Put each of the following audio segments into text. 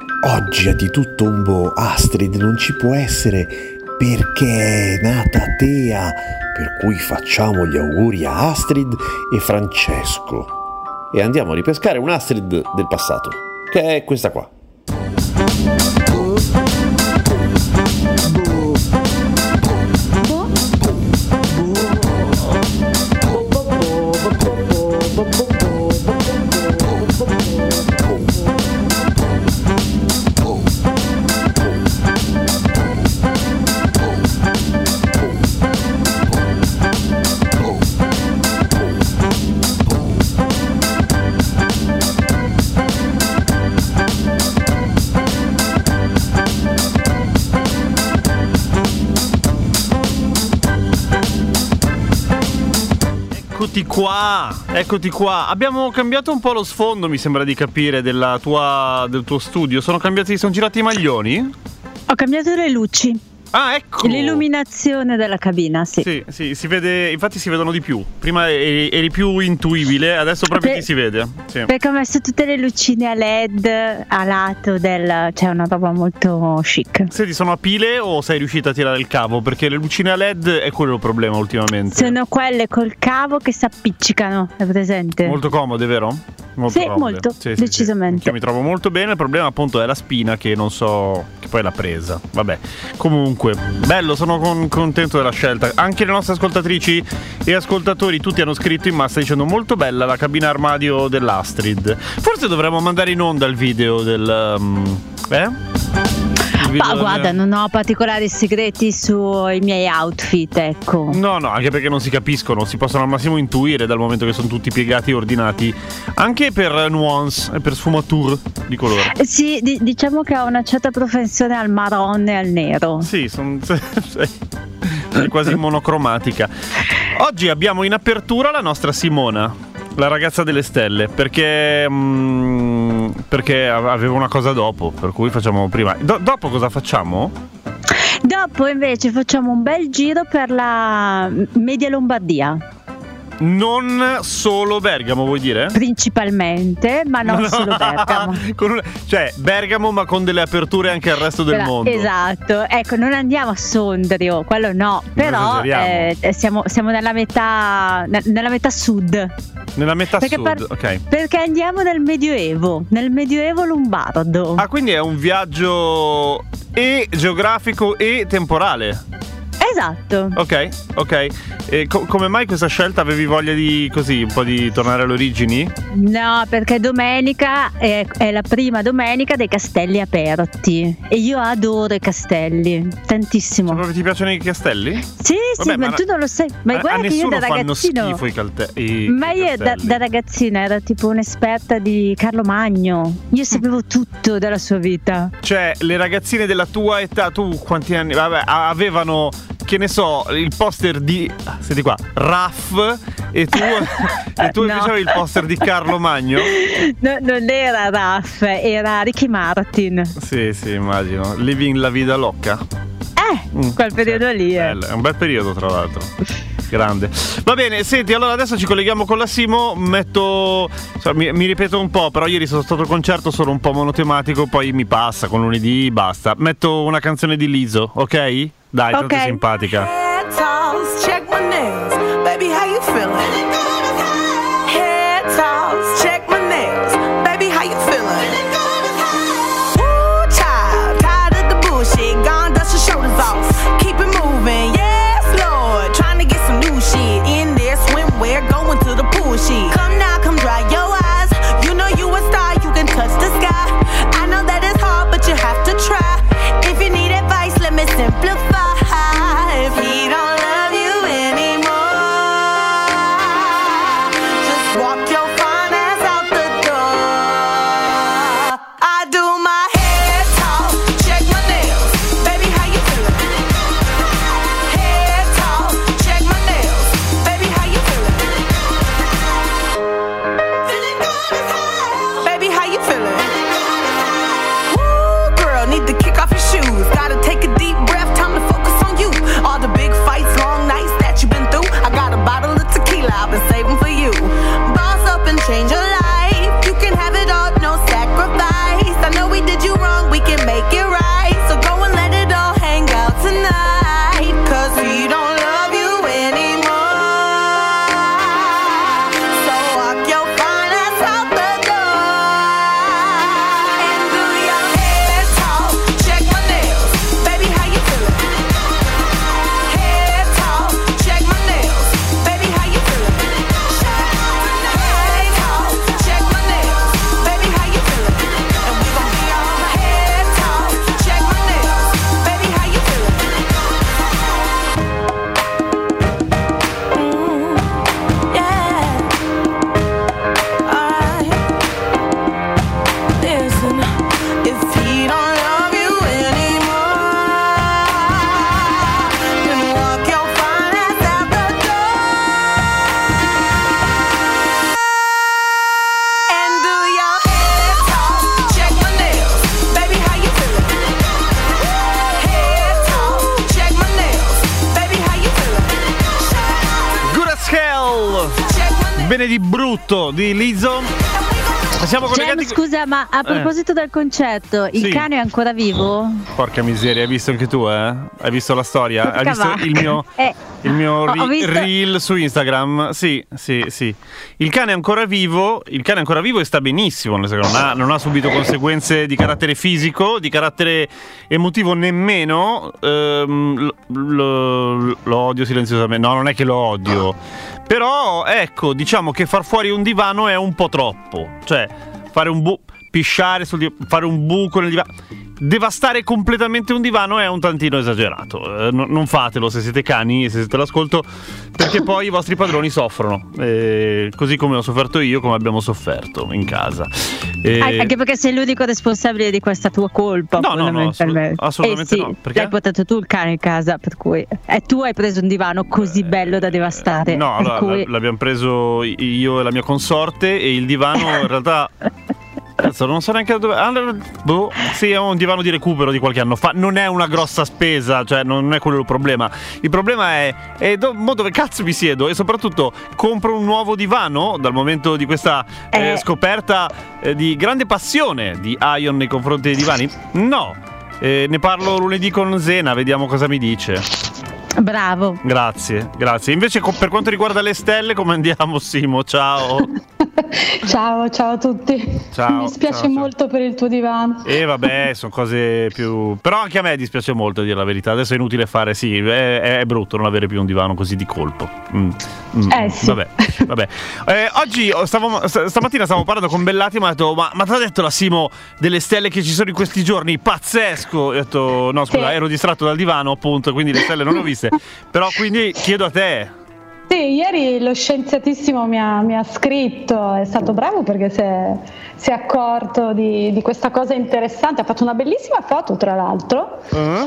Oggi è di tutto un boh, Astrid non ci può essere perché è nata Tea, per cui facciamo gli auguri a Astrid e Francesco. E andiamo a ripescare un Astrid del passato, che è questa qua. Eccoti qua. Abbiamo cambiato un po' lo sfondo, mi sembra di capire, del tuo studio. Sono girati i maglioni? Ho cambiato le luci. Ah, ecco! L'illuminazione della cabina, sì. Sì, si vede, infatti si vedono di più. Prima eri più intuibile, adesso proprio ti si vede. Sì. Perché ho messo tutte le lucine a LED a lato cioè una roba molto chic. Senti, sono a pile o sei riuscita a tirare il cavo? Perché le lucine a LED è quello il problema ultimamente. Sono quelle col cavo che si appiccicano, è presente? Molto comode, vero? Molto sì, comode. molto, sì, decisamente. Io mi trovo molto bene, il problema appunto è la spina che non so, che poi l'ha presa. Vabbè, comunque, bello, sono contento della scelta. Anche le nostre ascoltatrici e ascoltatori tutti hanno scritto in massa dicendo molto bella la cabina armadio dell'Astrid. Forse dovremmo mandare in onda il video Ma guarda, non ho particolari segreti sui miei outfit, ecco. No, anche perché non si capiscono, si possono al massimo intuire dal momento che sono tutti piegati e ordinati, anche per nuance e per sfumature di colore. Sì, diciamo che ho una certa propensione al marron e al nero. Sì, è quasi monocromatica. Oggi abbiamo in apertura la nostra Simona, la ragazza delle stelle, perché avevo una cosa dopo, per cui facciamo prima. Dopo cosa facciamo? Dopo invece facciamo un bel giro per la Media Lombardia. Non solo Bergamo, vuoi dire? Principalmente, ma non solo Bergamo. Cioè Bergamo, ma con delle aperture anche al resto del mondo. Esatto, ecco, non andiamo a Sondrio, quello no, però siamo nella metà sud. Nella metà sud, ok. Perché andiamo nel Medioevo lombardo. Ah, quindi è un viaggio e geografico e temporale. Esatto. Ok. E come mai questa scelta? Avevi voglia di un po' di tornare alle origini? No, perché domenica è la prima domenica dei castelli aperti e io adoro i castelli tantissimo. Proprio ti piacciono i castelli? Sì, ma tu non lo sai. Ma guarda che io da ragazzino fanno schifo ma io da ragazzina ero tipo un'esperta di Carlo Magno. Io sapevo tutto della sua vita. Cioè, le ragazzine della tua età, tu quanti anni? Vabbè, avevano, che ne so, il poster di, senti qua, Raff, e tu no. invece avevi il poster di Carlo Magno? No, non era Raff, era Ricky Martin. Sì, immagino. Living la vida loca. Quel periodo lì è un bel periodo, tra l'altro. Grande. Va bene, senti, allora adesso ci colleghiamo con la Simo. Mi ripeto un po', però ieri sono stato al concerto, sono un po' monotematico, poi mi passa con lunedì, basta. Metto una canzone di Liso, ok? Dai, tanto è simpatica. Check my nails, baby, how you feeling? Head toss, check my nails, baby, how you feeling? Woo, child, tired of the bullshit, gone dust your shoulders off, keep it moving, yes, Lord, trying to get some new shit in there, swimwear, going to the pool shit. Come now, come dry your eyes, you know you a star, you can touch the sky. I know that it's hard, but you have to try. If you need advice, let me simplify. If he don't love you anymore, if he don't love you anymore, then walk your fine ass out the door. And do your head talk, check my nails, baby, how you feeling? Head talk, check my nails, baby, how you feeling? Good as hell. Check my nails. Bene di brutto di Lizzo. Siamo collegati. Scusa, ma a proposito del concerto, il Sì. cane è ancora vivo? Porca miseria, hai visto anche tu, eh? Hai visto la storia? Hai visto il mio Ho visto- reel su Instagram? Sì. Il cane è ancora vivo e sta benissimo, nel senso che non ha subito conseguenze di carattere fisico, di carattere emotivo nemmeno. Lo odio silenziosamente. No, non è che lo odio. Però, ecco, diciamo che far fuori un divano è un po' troppo. Cioè, fare pisciare fare un buco nel divano, devastare completamente un divano è un tantino esagerato. Non fatelo se siete cani e se siete all'ascolto, perché poi i vostri padroni soffrono, così come ho sofferto io, come abbiamo sofferto in casa. Anche perché sei l'unico responsabile di questa tua colpa. No, fondamentalmente. assolutamente sì, no. Perché? L'hai portato tu il cane in casa, per cui tu hai preso un divano così bello da devastare. No, per allora cui... l'abbiamo preso io e la mia consorte, e il divano in realtà cazzo, non so neanche dove. Sì, è un divano di recupero di qualche anno fa. Non è una grossa spesa, cioè non è quello il problema. Il problema è dove cazzo mi siedo, e soprattutto compro un nuovo divano dal momento di questa scoperta di grande passione di Ion nei confronti dei divani. No, ne parlo lunedì con Zena, vediamo cosa mi dice. Bravo. Grazie. Invece per quanto riguarda le stelle, come andiamo, Simo? Ciao. Ciao a tutti. Ciao, Mi spiace ciao. molto per il tuo divano. Vabbè, sono cose più. Però anche a me dispiace molto, a dire la verità. Adesso è inutile fare, sì, è brutto non avere più un divano così di colpo. Sì. Vabbè. Oggi stamattina stavo parlando con Bellati e mi ha detto: Ma ti ha detto la Simo delle stelle che ci sono in questi giorni? Pazzesco! Ho detto: no, scusa, ero distratto dal divano, appunto, quindi le stelle non le ho viste. Però quindi chiedo a te. Sì, ieri lo scienziatissimo mi ha scritto, è stato bravo perché si è accorto di questa cosa interessante, ha fatto una bellissima foto tra l'altro.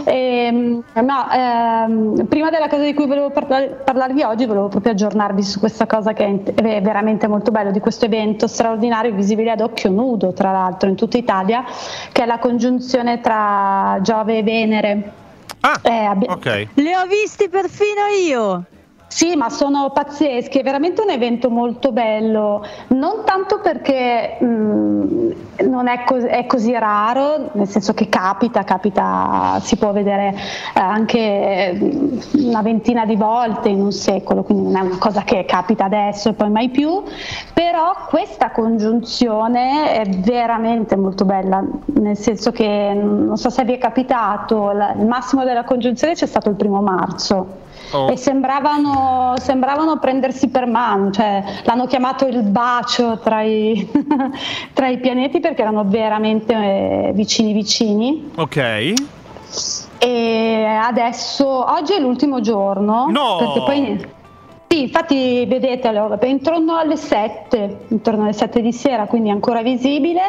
Prima della cosa di cui volevo parlarvi oggi, volevo proprio aggiornarvi su questa cosa che è veramente molto bello, di questo evento straordinario visibile ad occhio nudo tra l'altro in tutta Italia, che è la congiunzione tra Giove e Venere. Ok. Le ho visti perfino io. Sì, ma sono pazzeschi, è veramente un evento molto bello, non tanto perché non è così raro, nel senso che capita, si può vedere anche una ventina di volte in un secolo, quindi non è una cosa che capita adesso e poi mai più, però questa congiunzione è veramente molto bella, nel senso che non so se vi è capitato, il massimo della congiunzione c'è stato il 1° marzo. E sembravano prendersi per mano, cioè l'hanno chiamato il bacio tra i pianeti perché erano veramente vicini. Ok. E adesso oggi è l'ultimo giorno. No! Perché poi sì, infatti vedetelo, intorno alle 7 di sera, quindi è ancora visibile,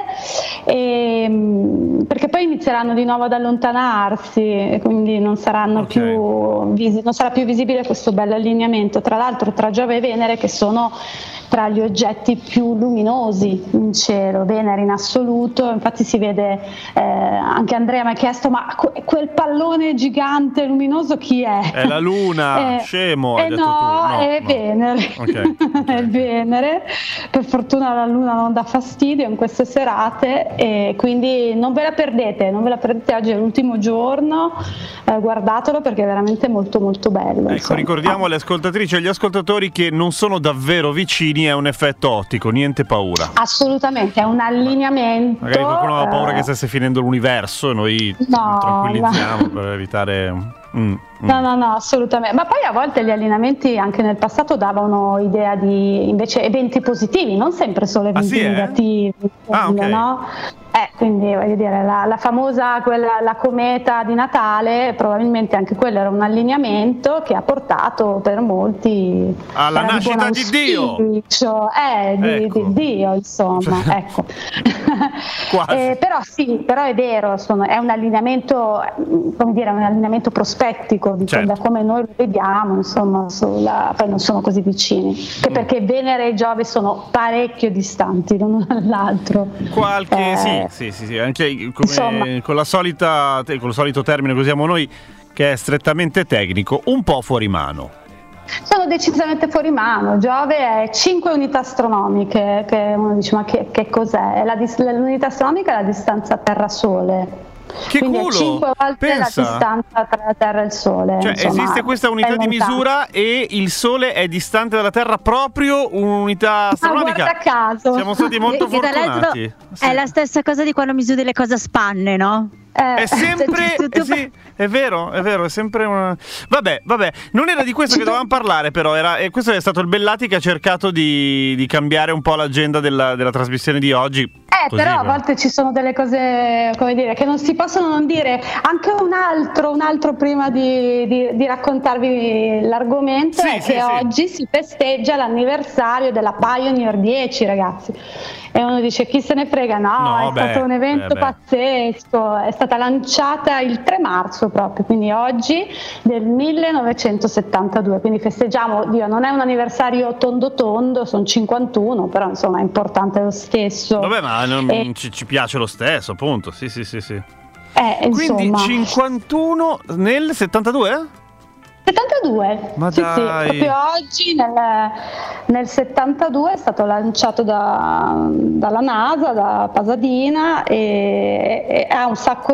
perché poi inizieranno di nuovo ad allontanarsi e quindi non saranno non sarà più visibile questo bello allineamento, tra l'altro tra Giove e Venere, che sono tra gli oggetti più luminosi in cielo, Venere in assoluto. Infatti si vede, anche Andrea mi ha chiesto: ma quel pallone gigante luminoso chi è? È la Luna, scemo, hai detto no, tu. No, è Venere. Okay. È Venere. Per fortuna la Luna non dà fastidio in queste serate, e quindi non ve la perdete, oggi è l'ultimo giorno, guardatelo perché è veramente molto molto bello. Ecco, ricordiamo alle ascoltatrici e agli ascoltatori che non sono davvero vicini, è un effetto ottico, niente paura. Assolutamente, è un allineamento. Magari qualcuno ha paura che stesse finendo l'universo e noi tranquillizziamo per evitare No, assolutamente. Ma poi a volte gli allineamenti anche nel passato davano idea di invece eventi positivi, non sempre solo eventi negativi. Okay. No? Quindi voglio dire, la famosa la cometa di Natale, probabilmente anche quello era un allineamento che ha portato per molti alla nascita di Dio. Di Dio, insomma, ecco. Però è vero, è un allineamento, come dire, un allineamento prospettico da come noi lo vediamo, insomma, poi non sono così vicini, che perché Venere e Giove sono parecchio distanti l'uno dall'altro. Sì, anche come con il solito termine che usiamo noi, che è strettamente tecnico, un po' fuori mano. Sono decisamente fuori mano. Giove è 5 unità astronomiche, che uno dice ma che cos'è? L'unità astronomica è la distanza Terra-Sole. Che quindi culo! È 5 volte Pensa. la distanza tra la Terra e il Sole. Cioè esiste questa unità di misura e il Sole è distante dalla Terra proprio un'unità astronomica. Guarda caso. Siamo stati molto fortunati. È la stessa cosa di quando misuri le cose a spanne, no? È sempre è vero, è sempre una. Vabbè, non era di questo che dovevamo parlare, però questo è stato il Bellati che ha cercato di cambiare un po' l'agenda della trasmissione di oggi. Così, però a volte ci sono delle cose, come dire, che non si possono non dire. Anche un altro prima di raccontarvi l'argomento oggi si festeggia l'anniversario della Pioneer 10, ragazzi. E uno dice chi se ne frega, è stato un evento pazzesco, è stata lanciata il 3 marzo proprio, quindi oggi del 1972, quindi festeggiamo, non è un anniversario tondo, sono 51, però insomma è importante lo stesso. Vabbè, ma ci piace lo stesso, appunto, sì. Quindi insomma. 51 nel 72? 72, ma sì, dai. Proprio oggi nel 72 è stato lanciato dalla NASA, da Pasadena, e ha un sacco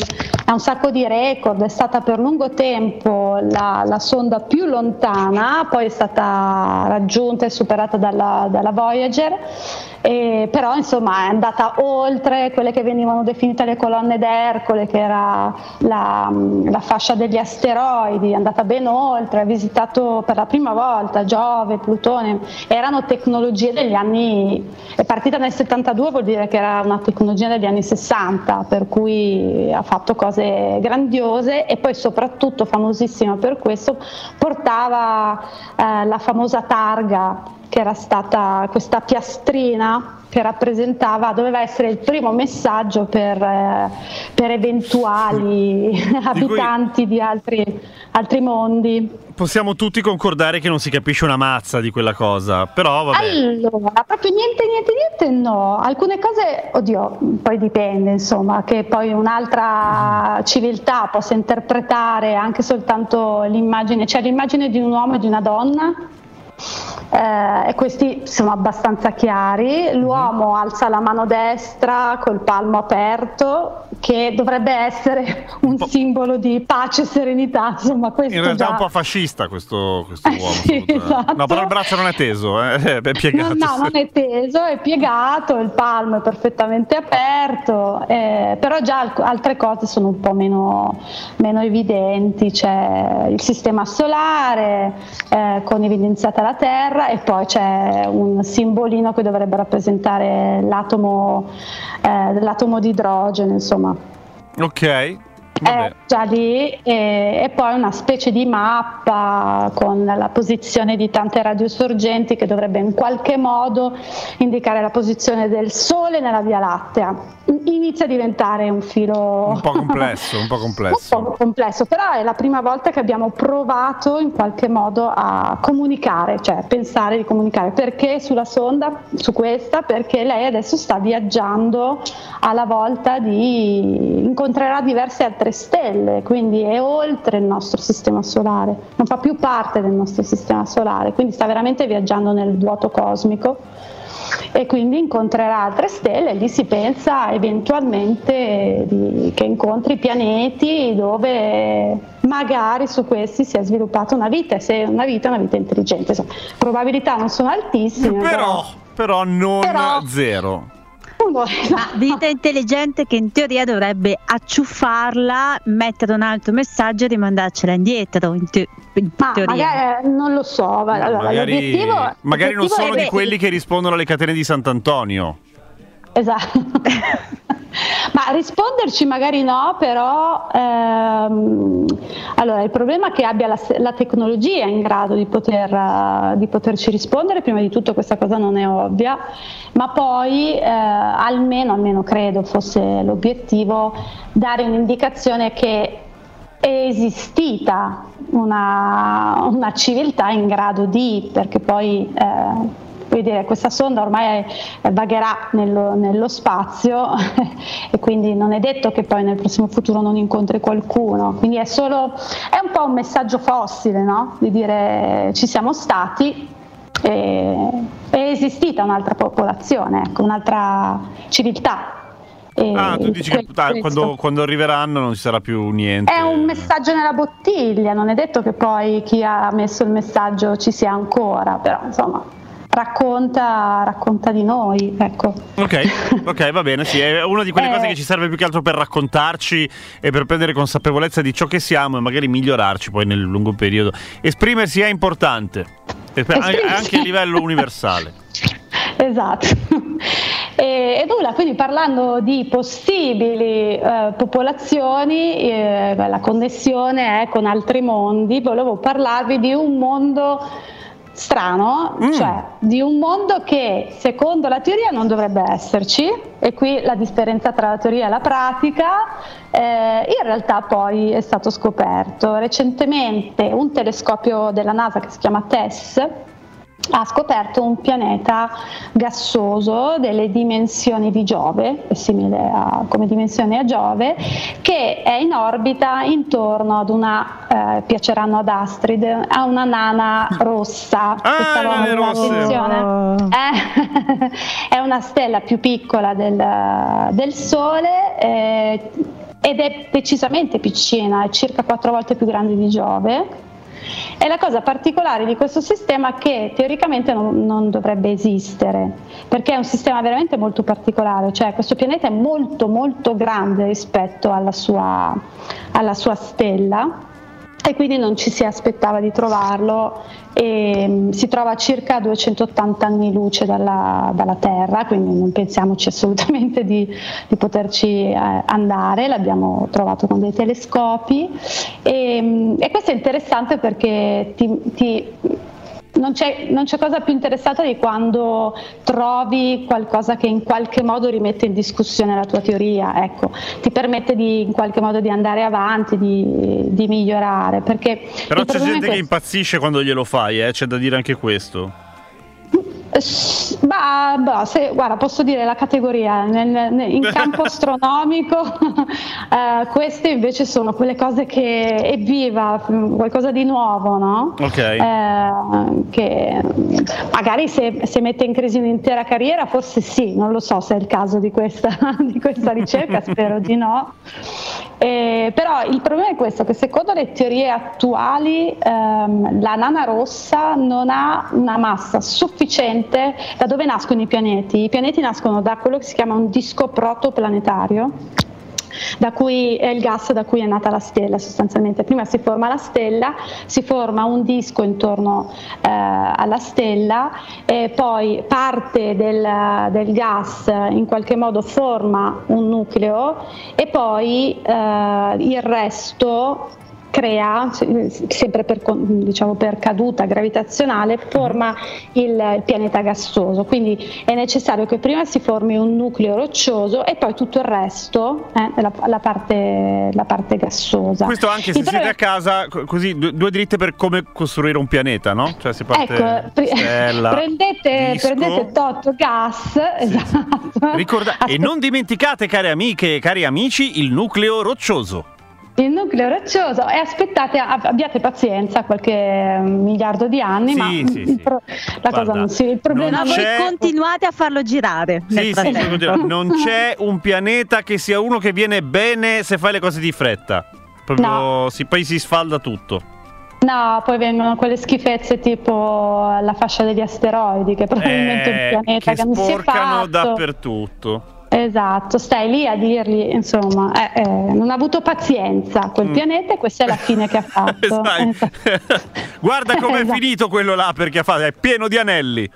di record. È stata per lungo tempo la sonda più lontana, poi è stata raggiunta e superata dalla Voyager, però insomma è andata oltre quelle che venivano definite le colonne d'Ercole, che era la fascia degli asteroidi, è andata ben oltre, ha visitato per la prima volta Giove, Plutone. Erano tecnologie degli anni, è partita nel 72, vuol dire che era una tecnologia degli anni 60, per cui ha fatto cose grandiose, e poi soprattutto famosissima per questo, portava la famosa targa, che era stata questa piastrina che doveva essere il primo messaggio per eventuali abitanti di altri mondi. Possiamo tutti concordare che non si capisce una mazza di quella cosa, però vabbè. Allora, proprio niente no. Alcune cose, poi dipende, insomma, che poi un'altra civiltà possa interpretare anche soltanto l'immagine, cioè l'immagine di un uomo e di una donna. E questi sono abbastanza chiari. L'uomo alza la mano destra col palmo aperto, che dovrebbe essere un simbolo di pace e serenità, insomma. Questo in realtà già... è un po' fascista questo uomo. Sì, esatto. No, però il braccio non è teso, è piegato. No, non è teso, è piegato, il palmo è perfettamente aperto, però già altre cose sono un po' meno evidenti. C'è il sistema solare con evidenziata la Terra, e poi c'è un simbolino che dovrebbe rappresentare l'atomo di idrogeno, insomma. Ok. Già lì, e poi una specie di mappa con la posizione di tante radiosorgenti che dovrebbe in qualche modo indicare la posizione del Sole nella Via Lattea. Inizia a diventare un filo un po' complesso. Un po' complesso, però è la prima volta che abbiamo provato in qualche modo a comunicare, cioè pensare di comunicare. Perché sulla sonda, su questa? Perché lei adesso sta viaggiando alla volta incontrerà diverse altre stelle, quindi è oltre il nostro sistema solare, non fa più parte del nostro sistema solare, quindi sta veramente viaggiando nel vuoto cosmico, e quindi incontrerà altre stelle. Lì si pensa eventualmente che incontri pianeti dove magari su questi si è sviluppata una vita, e se è una vita intelligente. Probabilità non sono altissime, però non zero. Ma vita intelligente che in teoria dovrebbe acciuffarla, mettere un altro messaggio e rimandarcela indietro. In teoria. Magari non lo so. Allora, magari non sono di quelli che rispondono alle catene di Sant'Antonio. Esatto. Ma risponderci magari no, però allora il problema è che abbia la tecnologia in grado di poterci rispondere. Prima di tutto questa cosa non è ovvia, ma poi almeno credo fosse l'obiettivo, dare un'indicazione che è esistita una civiltà in grado di, perché poi voglio dire, questa sonda ormai vagherà nello spazio e quindi non è detto che poi nel prossimo futuro non incontri qualcuno, quindi è un po' un messaggio fossile, no? Di dire ci siamo stati, è esistita un'altra popolazione, ecco, un'altra civiltà. Tu dici che quando arriveranno non ci sarà più niente. È un messaggio nella bottiglia, non è detto che poi chi ha messo il messaggio ci sia ancora, però insomma racconta di noi, ecco. Ok, va bene, sì, è una di quelle cose che ci serve più che altro per raccontarci e per prendere consapevolezza di ciò che siamo e magari migliorarci poi nel lungo periodo. Esprimersi è importante, anche a livello universale. Esatto. E nulla, quindi parlando di possibili popolazioni, la connessione è con altri mondi, volevo parlarvi di un mondo strano, cioè di un mondo che secondo la teoria non dovrebbe esserci, e qui la differenza tra la teoria e la pratica, in realtà poi è stato scoperto recentemente. Un telescopio della NASA che si chiama TESS ha scoperto un pianeta gassoso delle dimensioni di Giove, è simile come dimensioni a Giove, che è in orbita intorno ad piaceranno ad Astrid, a una nana rossa. È una stella più piccola del Sole ed è decisamente piccina, è circa 4 volte più grande di Giove. E la cosa particolare di questo sistema è che teoricamente non dovrebbe esistere, perché è un sistema veramente molto particolare, cioè questo pianeta è molto molto grande rispetto alla sua stella, e quindi non ci si aspettava di trovarlo, e si trova a circa 280 anni luce dalla Terra, quindi non pensiamoci assolutamente di poterci andare. L'abbiamo trovato con dei telescopi, e questo è interessante perché non c'è cosa più interessata di quando trovi qualcosa che in qualche modo rimette in discussione la tua teoria, ecco, ti permette in qualche modo di andare avanti, di migliorare. Però c'è gente che impazzisce quando glielo fai, c'è da dire anche questo. Guarda, posso dire la categoria in campo astronomico, queste invece sono quelle cose che evviva, qualcosa di nuovo, no? Che magari se mette in crisi un'intera carriera, forse sì, non lo so se è il caso di questa ricerca, spero di no. Però il problema è questo, che secondo le teorie attuali la nana rossa non ha una massa sufficiente. Da dove nascono i pianeti? I pianeti nascono da quello che si chiama un disco protoplanetario, da cui è il gas da cui è nata la stella sostanzialmente. Prima si forma la stella, si forma un disco intorno alla stella, e poi parte del gas in qualche modo forma un nucleo, e poi il resto crea, sempre per caduta gravitazionale, forma il pianeta gassoso. Quindi è necessario che prima si formi un nucleo roccioso e poi tutto il resto, la parte gassosa. Questo anche se siete a casa, così due dritte per come costruire un pianeta, no? Cioè si parte stella, prendete tot gas, esatto. E non dimenticate, care amiche e cari amici, il nucleo roccioso. Il nucleo roccioso, e aspettate, abbiate pazienza, qualche miliardo di anni, il problema voi continuate a farlo girare. Non c'è un pianeta che sia uno che viene bene se fai le cose di fretta. Proprio poi si sfalda tutto. No, poi vengono quelle schifezze tipo la fascia degli asteroidi, che probabilmente è un pianeta che non si è fatto. Sporcano dappertutto. Esatto, stai lì a dirgli, insomma, non ha avuto pazienza quel pianeta e questa è la fine che ha fatto. Guarda com'è finito quello là, perché è pieno di anelli.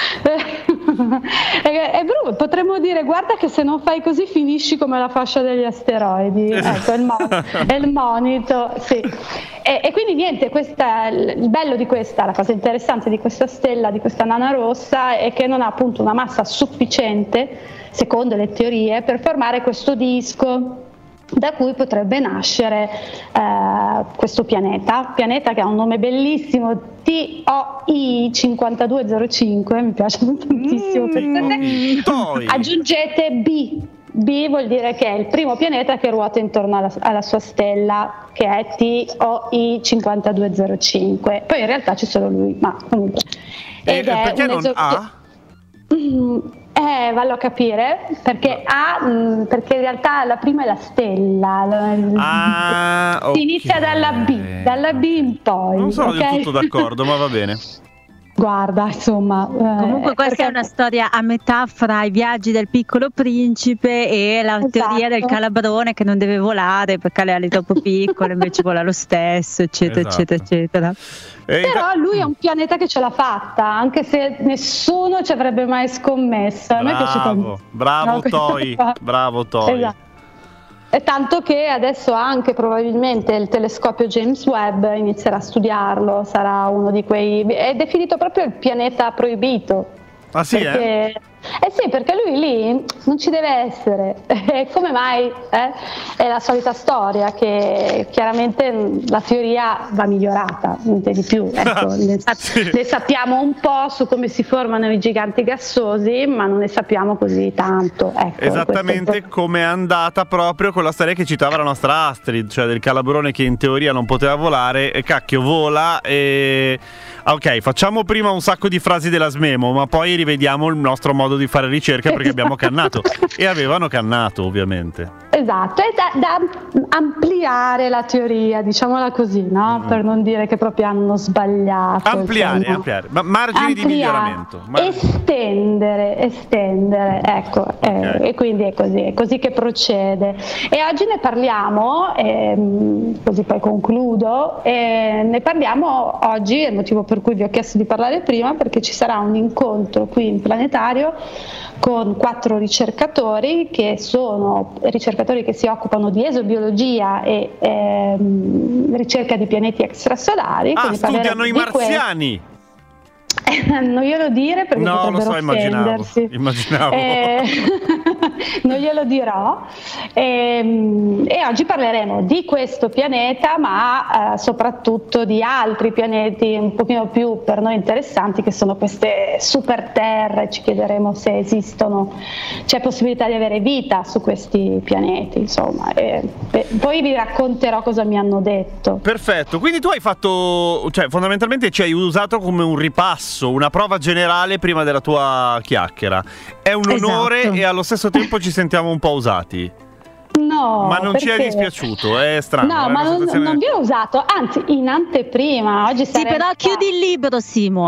Potremmo dire, guarda che se non fai così finisci come la fascia degli asteroidi. Ecco, è il monito, sì. E quindi niente, il bello di questa, la cosa interessante di questa stella, di questa nana rossa, è che non ha appunto una massa sufficiente, secondo le teorie, per formare questo disco da cui potrebbe nascere questo pianeta che ha un nome bellissimo, TOI 5205, mi piace tantissimo. Aggiungete B vuol dire che è il primo pianeta che ruota intorno alla sua stella, che è TOI 5205. Poi in realtà ci sono lui, ma comunque. Perché non A? Vallo a capire, perché perché in realtà la prima è la stella. Si inizia dalla B in poi. Non sono del tutto d'accordo, ma va bene. Guarda, insomma. Comunque questa è una storia a metà fra i viaggi del Piccolo Principe e la teoria del calabrone che non deve volare perché ha le ali troppo piccole, invece vola lo stesso, eccetera, eccetera. Però lui è un pianeta che ce l'ha fatta, anche se nessuno ci avrebbe mai scommesso. Bravo Toi. Esatto. E tanto che adesso anche probabilmente il telescopio James Webb inizierà a studiarlo, sarà uno di quei. È definito proprio il pianeta proibito. Ah sì, perché... sì, perché lui lì non ci deve essere. Come mai? È la solita storia che chiaramente la teoria va migliorata, niente di più. Ecco, ne sappiamo un po' su come si formano i giganti gassosi, ma non ne sappiamo così tanto. Ecco, esattamente come è andata proprio con la storia che citava la nostra Astrid, cioè del calabrone che in teoria non poteva volare e cacchio vola e... Ok, facciamo prima un sacco di frasi della Smemo, ma poi rivediamo il nostro modo di fare ricerca perché abbiamo cannato e avevano cannato ovviamente. Esatto, è da ampliare la teoria, diciamola così, no? Per non dire che proprio hanno sbagliato. Ampliare, ma margini di miglioramento. Estendere, ecco, okay. E quindi è così che procede. E oggi ne parliamo, così poi concludo, ne parliamo oggi, è il motivo per cui vi ho chiesto di parlare prima, perché ci sarà un incontro qui in Planetario con 4 ricercatori che sono ricercatori che si occupano di esobiologia e ricerca di pianeti extrasolari. Studiano i marziani! Non glielo dire perché potrebbero offendersi. Immaginavo. Non glielo dirò. E oggi parleremo di questo pianeta, ma soprattutto di altri pianeti un pochino più per noi interessanti, che sono queste super terre. Ci chiederemo se esistono, c'è possibilità di avere vita su questi pianeti, insomma. Poi vi racconterò cosa mi hanno detto. Perfetto, quindi tu hai fatto, cioè fondamentalmente ci hai usato come un ripasso, una prova generale prima della tua chiacchiera. È un onore e allo stesso tempo ci sentiamo un po' usati. No, ma non ci è dispiaciuto, è strano. No, ma non vi ho usato, anzi in anteprima. Oggi sì, però chiudi il libro, Simo,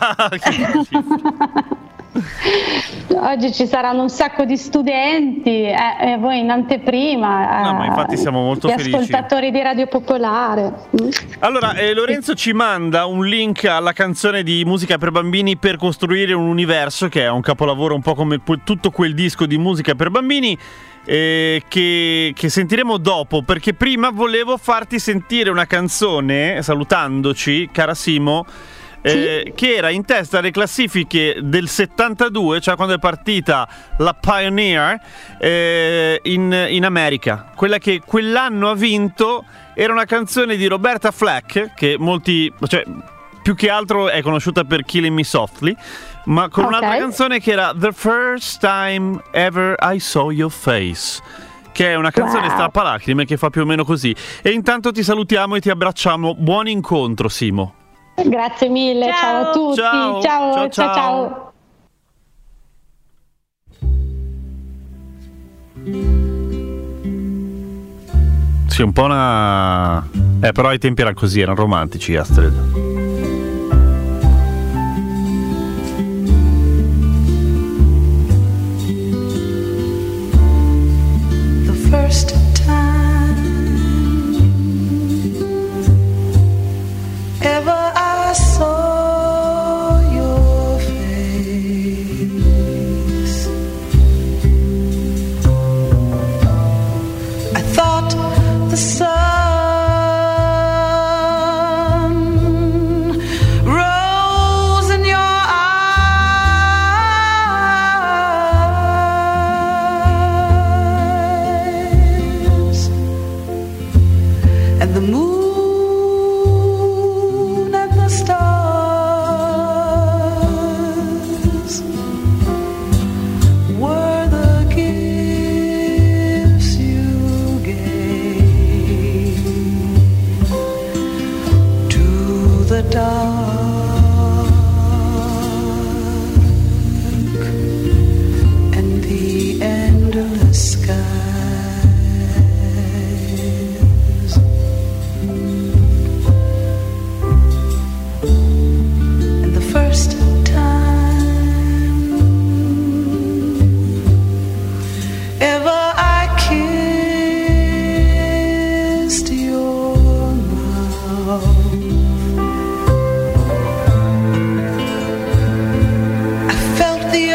Oggi ci saranno un sacco di studenti e voi in anteprima. No, ma infatti siamo molto felici. Ascoltatori di Radio Popolare. Allora, Lorenzo ci manda un link alla canzone di Musica per bambini per costruire un universo, che è un capolavoro un po' come tutto quel disco di musica per bambini. Che sentiremo dopo, perché prima volevo farti sentire una canzone, salutandoci, cara Simo, che era in testa alle classifiche del 72, cioè quando è partita la Pioneer in America. Quella che quell'anno ha vinto era una canzone di Roberta Flack, che molti, cioè più che altro è conosciuta per Killing Me Softly, ma con un'altra canzone che era The First Time Ever I Saw Your Face, che è una canzone strappalacrime che fa più o meno così. E intanto ti salutiamo e ti abbracciamo. Buon incontro, Simo. Grazie mille, ciao a tutti. Ciao. Sì, un po' una... però ai tempi erano così, erano romantici, Astrid. and the moon and the stars were the gifts you gave to the dark and the endless skies. And the first time ever I kissed your mouth, I felt the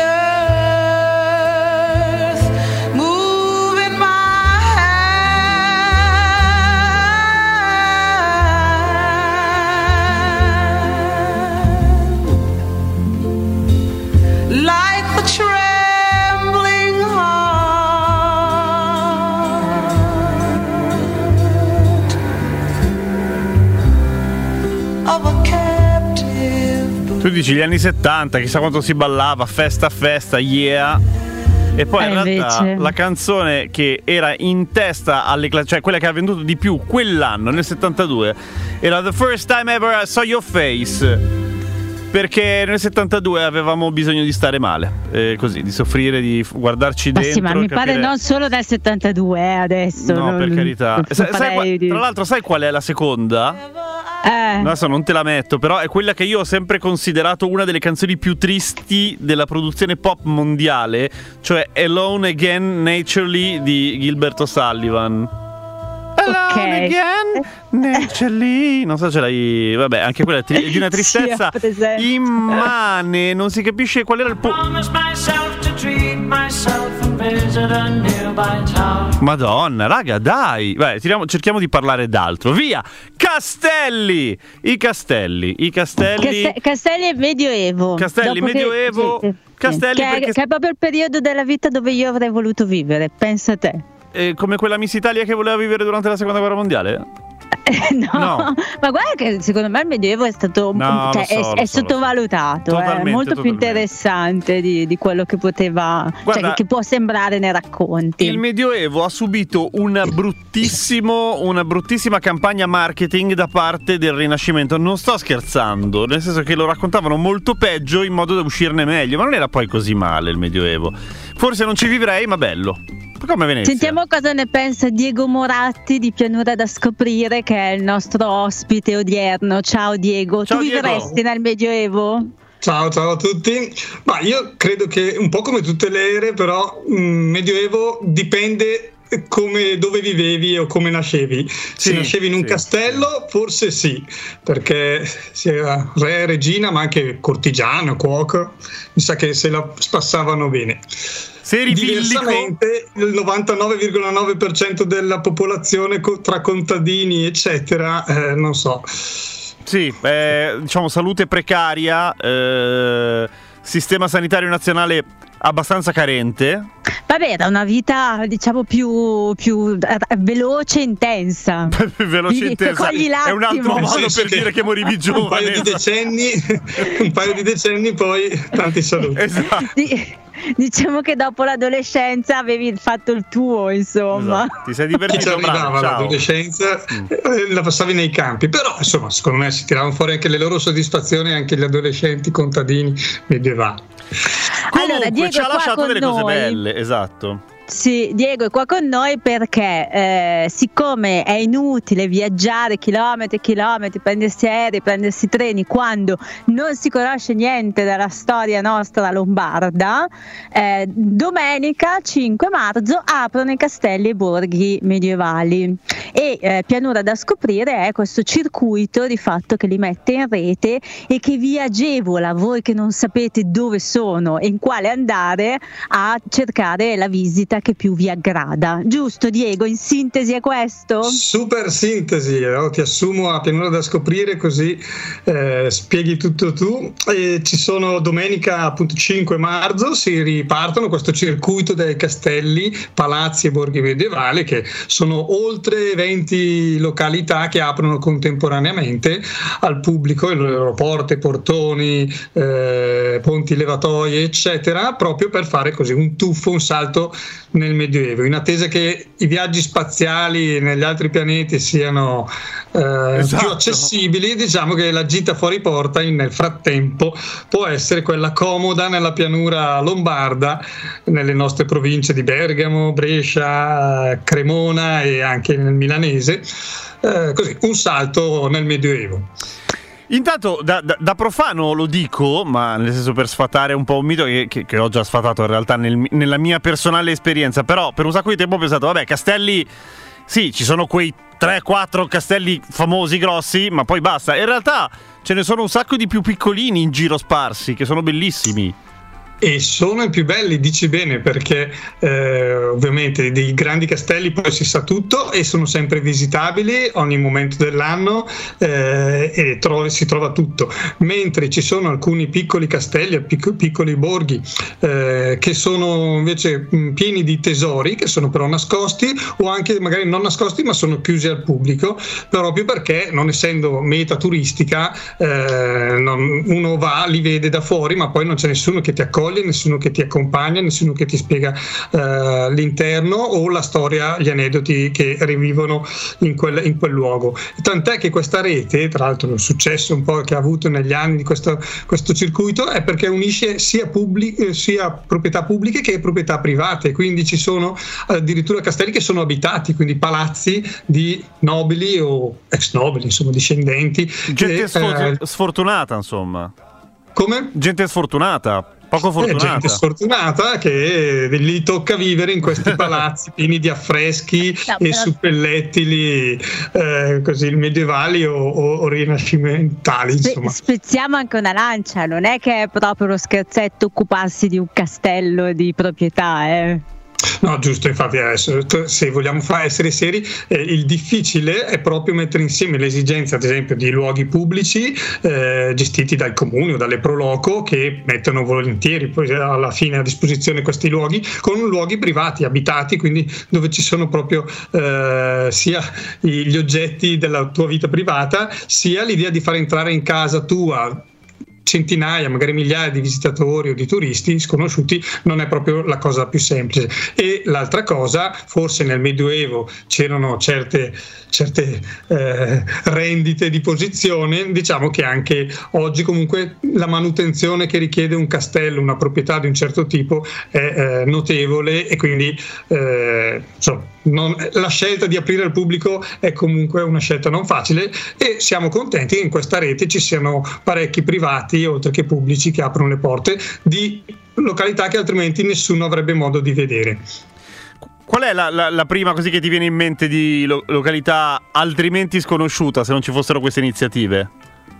earth move in my hand, like the trembling heart of a captive. Tu dici gli anni 70, chissà quanto si ballava, festa a festa, yeah. E poi in realtà invece la canzone che era in testa alle cioè quella che ha venduto di più quell'anno, nel 72, era The First Time Ever I Saw Your Face. Perché nel 72 avevamo bisogno di stare male, così, di soffrire, di guardarci Ma dentro. sì, ma mi capire... pare non solo dal 72 adesso. No, per carità. Farei Tra l'altro, sai qual è la seconda? Adesso non te la metto, però è quella che io ho sempre considerato una delle canzoni più tristi della produzione pop mondiale, cioè Alone Again Naturally di Gilbert O'Sullivan. Alone Again Naturally. Non so se ce l'hai. Vabbè, anche quella è di una tristezza Sì, ho presente. immane. Non si capisce qual era il Madonna, raga, dai. Vai, cerchiamo di parlare d'altro. Via! Castelli! I castelli Castelli e Medioevo. Castelli, Dopo Medioevo, Castelli perché... che è proprio il periodo della vita dove io avrei voluto vivere, pensa te. come quella Miss Italia che voleva vivere durante la seconda guerra mondiale? No, ma guarda che secondo me il Medioevo è stato è sottovalutato, è molto più interessante di quello che poteva, guarda, cioè che può sembrare nei racconti. Il Medioevo ha subito una bruttissima campagna marketing da parte del Rinascimento. Non sto scherzando, nel senso che lo raccontavano molto peggio in modo da uscirne meglio, ma non era poi così male il Medioevo. Forse non ci vivrei, ma bello. Come Venezia. Sentiamo cosa ne pensa Diego Moratti di Pianura da Scoprire, che è il nostro ospite odierno. Ciao Diego, ciao, tu vivresti nel Medioevo? Ciao a tutti. Ma io credo che un po' come tutte le ere, però Medioevo dipende dove vivevi o come nascevi. Se nascevi in un castello, forse sì, perché sia re, regina, ma anche cortigiano, cuoco, mi sa che se la spassavano bene. Diversamente il 99,9% della popolazione tra contadini eccetera, non so. Sì, diciamo salute precaria, sistema sanitario nazionale abbastanza carente. Vabbè, era una vita diciamo più veloce e intensa. Veloce e intensa è un altro modo per dire che morivi giovane. Un paio di decenni poi tanti saluti. Esatto. Diciamo che dopo l'adolescenza avevi fatto il tuo, insomma. Esatto. Ti sei divertito. Ci arrivava l'adolescenza, la passavi nei campi, però insomma secondo me si tiravano fuori anche le loro soddisfazioni, anche gli adolescenti contadini medievali. Comunque, allora, Diego ci ha lasciato delle cose noi. belle, esatto. Sì, Diego è qua con noi perché siccome è inutile viaggiare chilometri e chilometri, prendersi aerei, prendersi treni quando non si conosce niente della storia nostra lombarda, domenica 5 marzo aprono i castelli e borghi medievali e Pianura da Scoprire è questo circuito di fatto che li mette in rete e che vi agevola, voi che non sapete dove sono e in quale andare, a cercare la visita località che più vi aggrada. Giusto, Diego? In sintesi è questo? Super sintesi, ti assumo a pianura da scoprire, così spieghi tutto tu. Ci sono domenica appunto 5 marzo, si ripartono questo circuito dei castelli, palazzi e borghi medievali, che sono oltre 20 località che aprono contemporaneamente al pubblico, le loro porte, portoni, ponti, levatoi eccetera, proprio per fare così un tuffo, un salto nel Medioevo, in attesa che i viaggi spaziali negli altri pianeti siano più accessibili. Diciamo che la gita fuori porta nel frattempo può essere quella comoda nella pianura lombarda, nelle nostre province di Bergamo, Brescia, Cremona e anche nel milanese, così un salto nel Medioevo. Intanto da profano lo dico, ma nel senso per sfatare un po' un mito che ho già sfatato in realtà nella mia personale esperienza, però per un sacco di tempo ho pensato, vabbè, castelli, sì, ci sono quei 3-4 castelli famosi, grossi, ma poi basta. In realtà ce ne sono un sacco di più piccolini in giro sparsi, che sono bellissimi. E sono i più belli, dici bene, perché ovviamente dei grandi castelli poi si sa tutto e sono sempre visitabili ogni momento dell'anno, e si trova tutto, mentre ci sono alcuni piccoli castelli, piccoli borghi che sono invece pieni di tesori, che sono però nascosti, o anche magari non nascosti ma sono chiusi al pubblico, proprio perché non essendo meta turistica uno va, li vede da fuori, ma poi non c'è nessuno che ti accoglie, nessuno che ti accompagna, nessuno che ti spiega l'interno o la storia, gli aneddoti che rivivono in quel luogo. Tant'è che questa rete, tra l'altro il successo un po' che ha avuto negli anni di questo circuito, è perché unisce sia proprietà pubbliche che proprietà private, quindi ci sono addirittura castelli che sono abitati, quindi palazzi di nobili o ex nobili, insomma discendenti. Gente sfortunata, insomma. Come? Gente sfortunata. Poco fortunata. Gente sfortunata che gli tocca vivere in questi palazzi pieni di affreschi e suppellettili così medievali o rinascimentali, insomma. Spezziamo anche una lancia, non è che è proprio lo scherzetto occuparsi di un castello di proprietà, No, giusto, infatti adesso se vogliamo essere seri, il difficile è proprio mettere insieme le esigenze, ad esempio, di luoghi pubblici gestiti dal comune o dalle Proloco, che mettono volentieri poi alla fine a disposizione questi luoghi, con luoghi privati abitati, quindi dove ci sono proprio sia gli oggetti della tua vita privata, sia l'idea di far entrare in casa tua centinaia, magari migliaia di visitatori o di turisti sconosciuti, non è proprio la cosa più semplice. E l'altra cosa, forse nel Medioevo c'erano certe rendite di posizione, diciamo che anche oggi comunque la manutenzione che richiede un castello, una proprietà di un certo tipo è notevole, e quindi la scelta di aprire al pubblico è comunque una scelta non facile, e siamo contenti che in questa rete ci siano parecchi privati oltre che pubblici che aprono le porte di località che altrimenti nessuno avrebbe modo di vedere. Qual è la prima così che ti viene in mente di località altrimenti sconosciuta, se non ci fossero queste iniziative?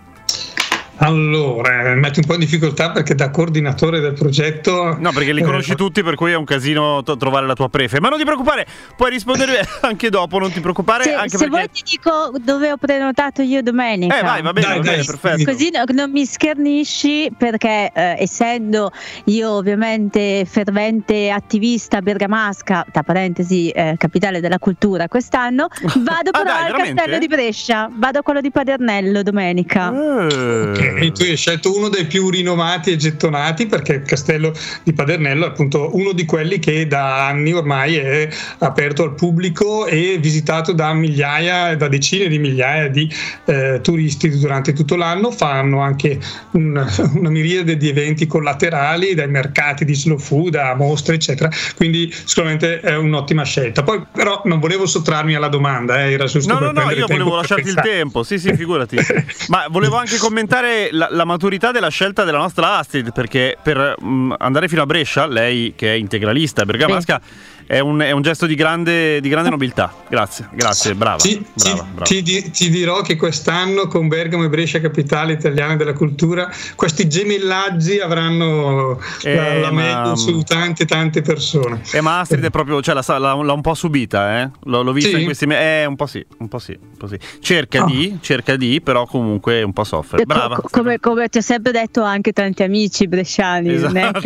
Allora, mi metti un po' in difficoltà perché da coordinatore del progetto... No, perché li conosci tutti, per cui è un casino trovare la tua prefe. Ma non ti preoccupare, puoi rispondere anche dopo, non ti preoccupare. Se vuoi ti dico dove ho prenotato io domenica. Vai, va bene, perfetto. Così non mi schernisci, perché essendo io ovviamente fervente attivista bergamasca, tra parentesi capitale della cultura quest'anno, vado però al Castello di Brescia, vado a quello di Padernello domenica. E tu hai scelto uno dei più rinomati e gettonati, perché il castello di Padernello è appunto uno di quelli che da anni ormai è aperto al pubblico e visitato da decine di migliaia di turisti durante tutto l'anno. Fanno anche una miriade di eventi collaterali, dai mercati di slow food a mostre eccetera, quindi sicuramente è un'ottima scelta. Poi però non volevo sottrarmi alla domanda, era giusto no, io volevo lasciarti il tempo, sì figurati. Ma volevo anche commentare la maturità della scelta della nostra Astrid, perché per andare fino a Brescia, lei che è integralista bergamasca, è un gesto di grande nobiltà. Grazie, brava. Ti dirò che quest'anno con Bergamo e Brescia capitale italiane della cultura questi gemellaggi avranno la meglio su tante persone. Ma Astrid è proprio, cioè l'ha un po' subita, l'ho vista in questi mesi, un po' sì. Cerca di, però comunque un po' soffre. Brava. Come ti ho sempre detto anche tanti amici bresciani, esatto.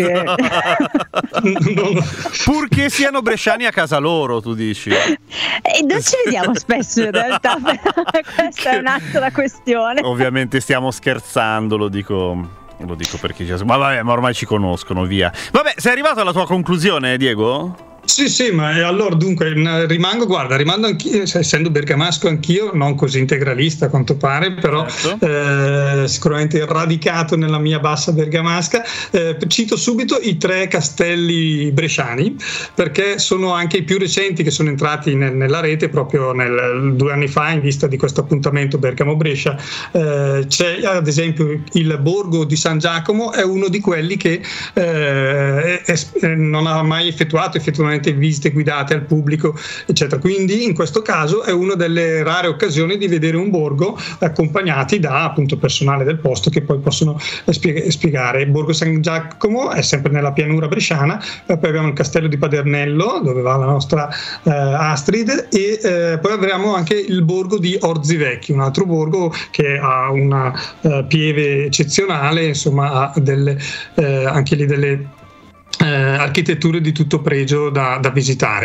Purché siano bresciani a casa loro, tu dici. E non ci vediamo spesso in realtà, questa è un'altra questione. Ovviamente stiamo scherzando, lo dico perché ma ormai ci conoscono, via. Vabbè, sei arrivato alla tua conclusione, Diego? Sì, ma allora dunque rimango anch'io, essendo bergamasco anch'io, non così integralista a quanto pare, però certo. Sicuramente radicato nella mia bassa bergamasca. Cito subito i 3 castelli bresciani, perché sono anche i più recenti che sono entrati nella rete proprio 2 anni fa in vista di questo appuntamento Bergamo-Brescia. C'è ad esempio il borgo di San Giacomo, è uno di quelli che non ha mai effettuato visite guidate al pubblico, eccetera. Quindi in questo caso è una delle rare occasioni di vedere un borgo accompagnati da appunto personale del posto che poi possono spiegare. Il borgo San Giacomo è sempre nella pianura bresciana, poi abbiamo il castello di Padernello dove va la nostra Astrid, e poi avremo anche il borgo di Orzivecchi, un altro borgo che ha una pieve eccezionale, insomma ha anche lì delle architetture di tutto pregio da visitare.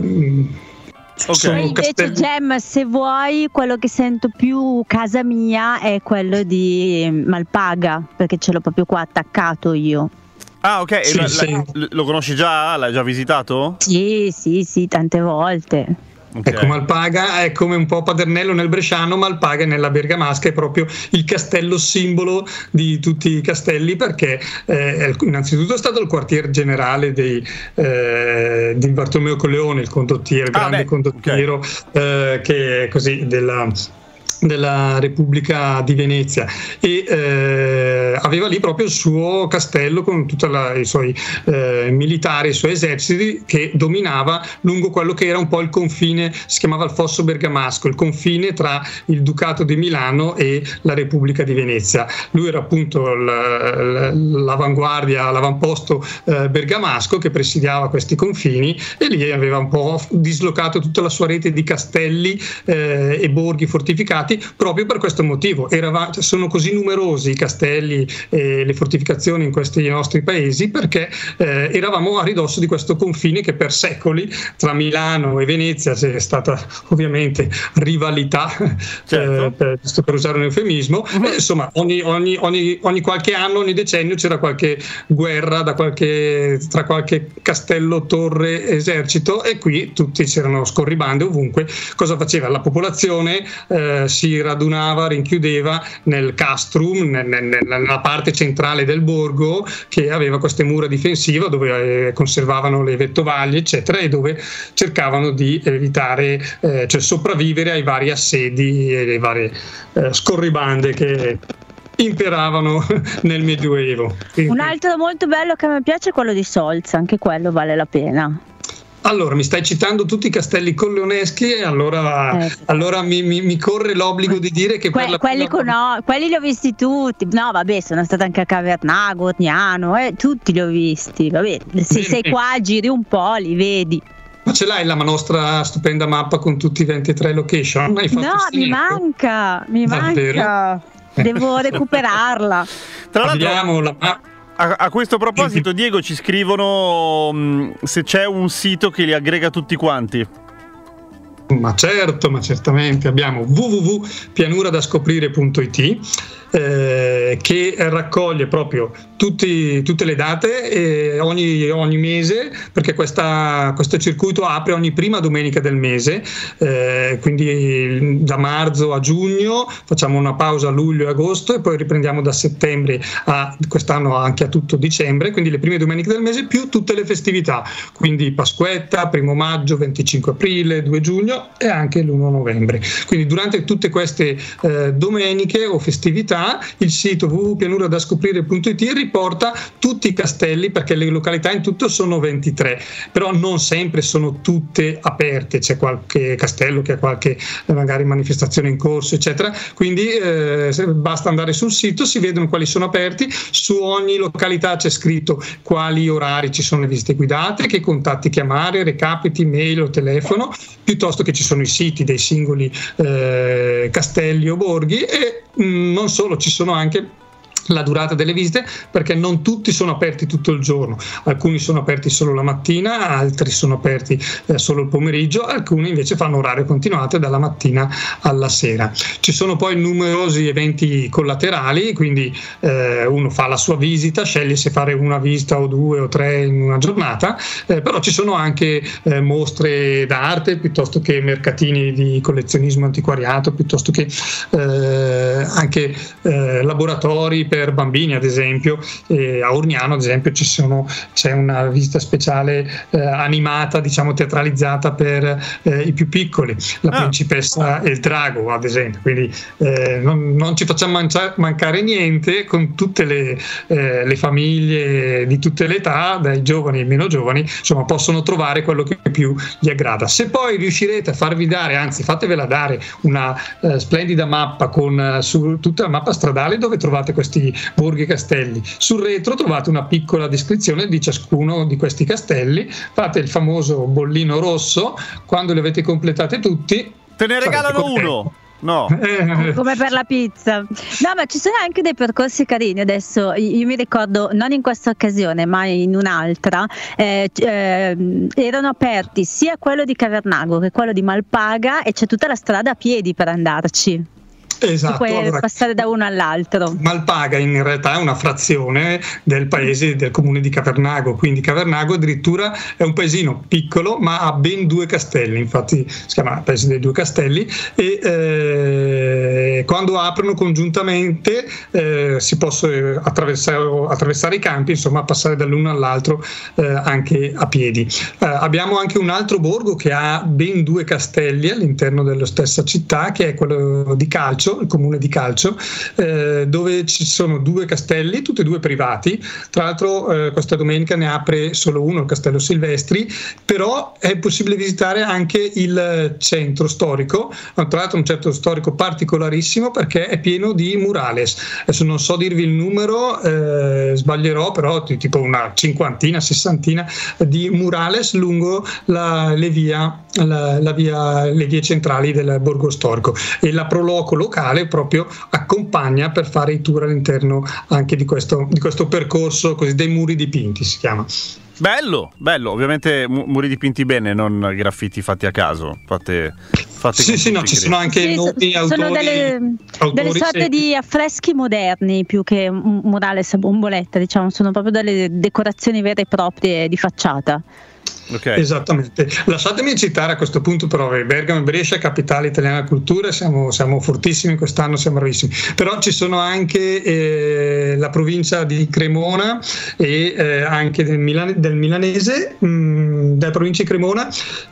Okay. Invece Gem, se vuoi, quello che sento più casa mia è quello di Malpaga, perché ce l'ho proprio qua attaccato io. Ah, ok, sì. Lo conosci già? L'hai già visitato? Sì, tante volte. Okay. Ecco, Malpaga è come un po' Padernello nel bresciano, Malpaga nella bergamasca è proprio il castello simbolo di tutti i castelli, perché innanzitutto è stato il quartier generale di Bartolomeo Colleone, il condottiero, grande condottiero, che è così della Repubblica di Venezia, e aveva lì proprio il suo castello con tutti i suoi militari, i suoi eserciti, che dominava lungo quello che era un po' il confine, si chiamava il Fosso Bergamasco, il confine tra il Ducato di Milano e la Repubblica di Venezia. Lui era appunto l'avanguardia, l'avamposto bergamasco che presidiava questi confini, e lì aveva un po' dislocato tutta la sua rete di castelli e borghi fortificati proprio per questo motivo. Sono così numerosi i castelli e le fortificazioni in questi nostri paesi perché eravamo a ridosso di questo confine che per secoli tra Milano e Venezia c'è stata ovviamente rivalità, certo. per usare un eufemismo. Insomma, ogni qualche anno, ogni decennio c'era qualche guerra tra qualche castello, torre, esercito, e qui tutti c'erano scorribande ovunque. Cosa faceva? La popolazione si radunava, rinchiudeva nel castrum, nella parte centrale del borgo, che aveva queste mura difensive dove conservavano le vettovaglie, eccetera, e dove cercavano di evitare, cioè sopravvivere ai vari assedi e le varie scorribande che imperavano nel Medioevo. Quindi, un altro molto bello che a me piace è quello di Solza, anche quello vale la pena. Allora, mi stai citando tutti i castelli colleoneschi, e allora mi corre l'obbligo di dire che quelli li ho visti tutti. No, vabbè, sono stata anche a Cavernago, Orniano, tutti li ho visti. Vabbè, se sei qua, giri un po', li vedi. Ma ce l'hai la nostra stupenda mappa con tutti i 23 location? No, mi manca. Devo recuperarla. Tra l'altro, a questo proposito, Diego, ci scrivono se c'è un sito che li aggrega tutti quanti. Ma certamente abbiamo www.pianuradascoprire.it che raccoglie proprio tutte le date ogni mese, perché questo circuito apre ogni prima domenica del mese, quindi da marzo a giugno, facciamo una pausa a luglio e agosto e poi riprendiamo da settembre a quest'anno anche a tutto dicembre, quindi le prime domeniche del mese più tutte le festività, quindi Pasquetta, 1 maggio, 25 aprile, 2 giugno e anche l'1 novembre. Quindi durante tutte queste domeniche o festività il sito sito www.pianuradascoprire.it riporta tutti i castelli, perché le località in tutto sono 23, però non sempre sono tutte aperte, c'è qualche castello che ha qualche magari manifestazione in corso eccetera, quindi basta andare sul sito, si vedono quali sono aperti, su ogni località c'è scritto quali orari ci sono le visite guidate, che contatti chiamare, recapiti, mail o telefono, piuttosto che ci sono i siti dei singoli castelli o borghi, e non solo, ci sono anche la durata delle visite, perché non tutti sono aperti tutto il giorno, alcuni sono aperti solo la mattina, altri sono aperti solo il pomeriggio, alcuni invece fanno orario continuato dalla mattina alla sera. Ci sono poi numerosi eventi collaterali, quindi uno fa la sua visita, sceglie se fare una visita o 2 o 3 in una giornata, però ci sono anche mostre d'arte, piuttosto che mercatini di collezionismo antiquariato, piuttosto che anche laboratori per bambini, ad esempio. A Orniano ad esempio c'è una visita speciale animata, diciamo teatralizzata per i più piccoli, la principessa e il drago ad esempio, quindi non ci facciamo mancare niente, con tutte le famiglie di tutte le età, dai giovani ai meno giovani, insomma possono trovare quello che più gli aggrada. Se poi riuscirete a farvi dare, anzi fatevela dare, una splendida mappa su tutta la mappa stradale dove trovate questi borghi e castelli, sul retro trovate una piccola descrizione di ciascuno di questi castelli, fate il famoso bollino rosso, quando li avete completati tutti te ne regalano uno. No, come per la pizza. No, ma ci sono anche dei percorsi carini. Adesso io mi ricordo, non in questa occasione ma in un'altra, erano aperti sia quello di Cavernago che quello di Malpaga, e c'è tutta la strada a piedi per andarci. Esatto, puoi passare da uno all'altro. Malpaga in realtà è una frazione del paese, del comune di Cavernago, quindi Cavernago addirittura è un paesino piccolo ma ha ben 2 castelli, infatti si chiama Paese dei 2 Castelli, e quando aprono congiuntamente si possono attraversare i campi, insomma passare dall'uno all'altro anche a piedi. Abbiamo anche un altro borgo che ha ben 2 castelli all'interno della stessa città, che è quello di Calcio, il comune di Calcio, dove ci sono 2 castelli, tutti e 2 privati. Tra l'altro questa domenica ne apre solo uno, il Castello Silvestri, però è possibile visitare anche il centro storico, tra l'altro un centro storico particolarissimo perché è pieno di murales. Adesso non so dirvi il numero, sbaglierò, però tipo una 50, 60 di murales lungo le vie centrali del borgo storico, e la Proloco locale proprio accompagna per fare i tour all'interno anche di questo percorso così dei muri dipinti, si chiama. Bello, ovviamente muri dipinti bene, non graffiti fatti a caso. Sì, no, ci sono anche nomi, autori. Sono delle sorte di affreschi moderni più che murales a bomboletta, diciamo, sono proprio delle decorazioni vere e proprie di facciata. Okay. Esattamente. Lasciatemi citare a questo punto però Bergamo e Brescia, capitale italiana della cultura, siamo fortissimi quest'anno, siamo bravissimi, però ci sono anche la provincia di Cremona e anche del Milanese, della provincia di Cremona,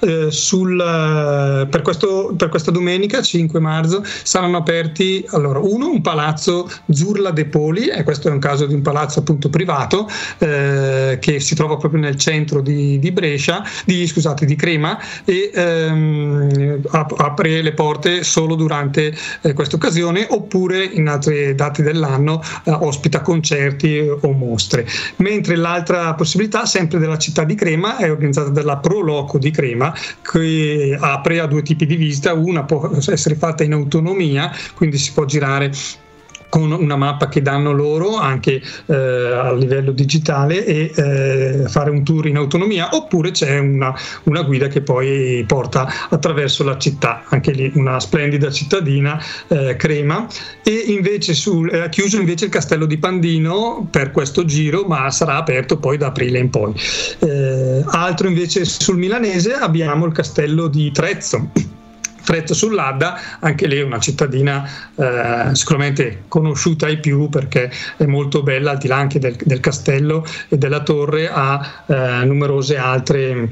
per questa domenica 5 marzo saranno aperti un palazzo Zurla de Poli, e questo è un caso di un palazzo appunto privato che si trova proprio nel centro di Brescia, di Crema, e apre le porte solo durante questa occasione, oppure in altre date dell'anno ospita concerti o mostre. Mentre l'altra possibilità, sempre della città di Crema, è organizzata dalla Proloco di Crema, che apre a 2 tipi di visita. Una può essere fatta in autonomia, quindi si può girare con una mappa che danno loro anche a livello digitale e fare un tour in autonomia, oppure c'è una guida che poi porta attraverso la città, anche lì una splendida cittadina, Crema. E invece ha chiuso invece il castello di Pandino per questo giro, ma sarà aperto poi da aprile in poi. Altro invece sul milanese abbiamo il castello di Trezzo. Trezzo sull'Adda, anche lì è una cittadina sicuramente conosciuta ai più perché è molto bella, al di là anche del castello e della torre, ha numerose altre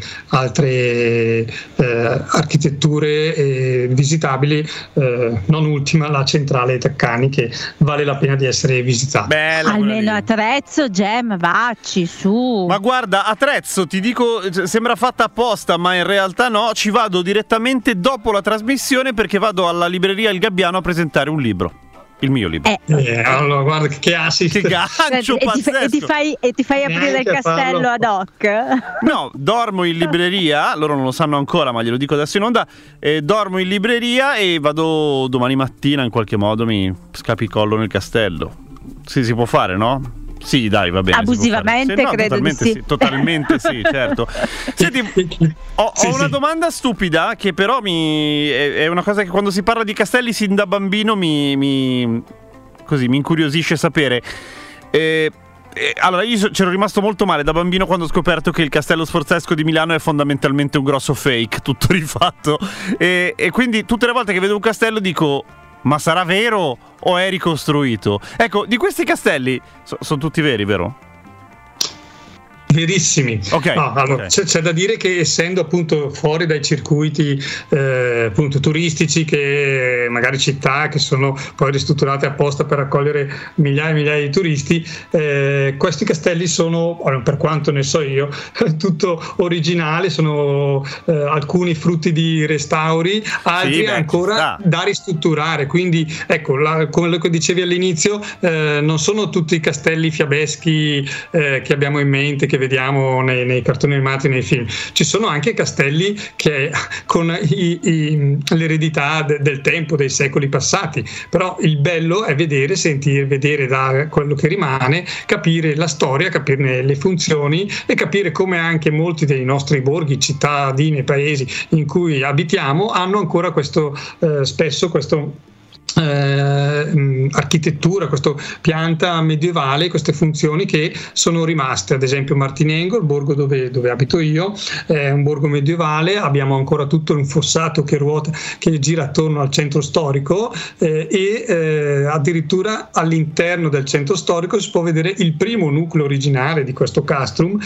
architetture visitabili, non ultima la centrale Taccani, che vale la pena di essere visitata. Bella, almeno a Trezzo, Gem, vacci su. Ma guarda, a Trezzo ti dico, sembra fatta apposta, ma in realtà no, ci vado direttamente dopo la trasmissione perché vado alla libreria Il Gabbiano a presentare un libro, il mio libro. Allora guarda che assist, che gancio pazzesco. E ti fai aprire il castello ad hoc. No, dormo in libreria, loro non lo sanno ancora ma glielo dico adesso in onda, dormo in libreria e vado domani mattina, in qualche modo mi scapicollo nel castello. Sì, si può fare, no? Sì, dai, va bene. Abusivamente, no, credo totalmente di sì. Totalmente sì, certo. Senti, ho una domanda stupida che però è una cosa che quando si parla di castelli sin da bambino mi incuriosisce sapere. Allora, io c'ero rimasto molto male da bambino quando ho scoperto che il Castello Sforzesco di Milano è fondamentalmente un grosso fake, tutto rifatto. E quindi tutte le volte che vedo un castello dico: ma sarà vero o è ricostruito? Ecco, di questi castelli sono tutti veri, vero? Verissimi. Allora, c'è da dire che essendo appunto fuori dai circuiti appunto turistici, che magari città che sono poi ristrutturate apposta per accogliere migliaia e migliaia di turisti, questi castelli sono, per quanto ne so io, tutto originale, sono alcuni frutti di restauri, altri ancora da ristrutturare, quindi ecco, come lo dicevi all'inizio, non sono tutti i castelli fiabeschi che abbiamo in mente, che vediamo nei cartoni animati, nei film. Ci sono anche castelli che con l'eredità del tempo, dei secoli passati, però il bello è vedere da quello che rimane, capire la storia, capirne le funzioni e capire come anche molti dei nostri borghi, cittadini e paesi in cui abitiamo hanno ancora questo spesso questo architettura, questa pianta medievale, queste funzioni che sono rimaste. Ad esempio Martinengo, il borgo dove abito io, è un borgo medievale, abbiamo ancora tutto un fossato che ruota, che gira attorno al centro storico, e addirittura all'interno del centro storico si può vedere il primo nucleo originale di questo castrum,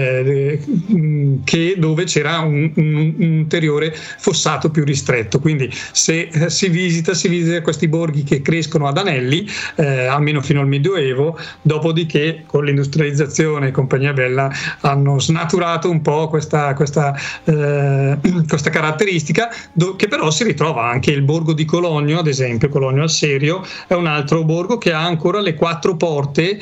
dove c'era un ulteriore fossato più ristretto. Quindi se si visita questi borghi che crescono ad anelli, almeno fino al Medioevo, dopodiché con l'industrializzazione e compagnia bella hanno snaturato un po' questa caratteristica, che però si ritrova anche il borgo di Cologno, ad esempio. Cologno al Serio è un altro borgo che ha ancora le 4 porte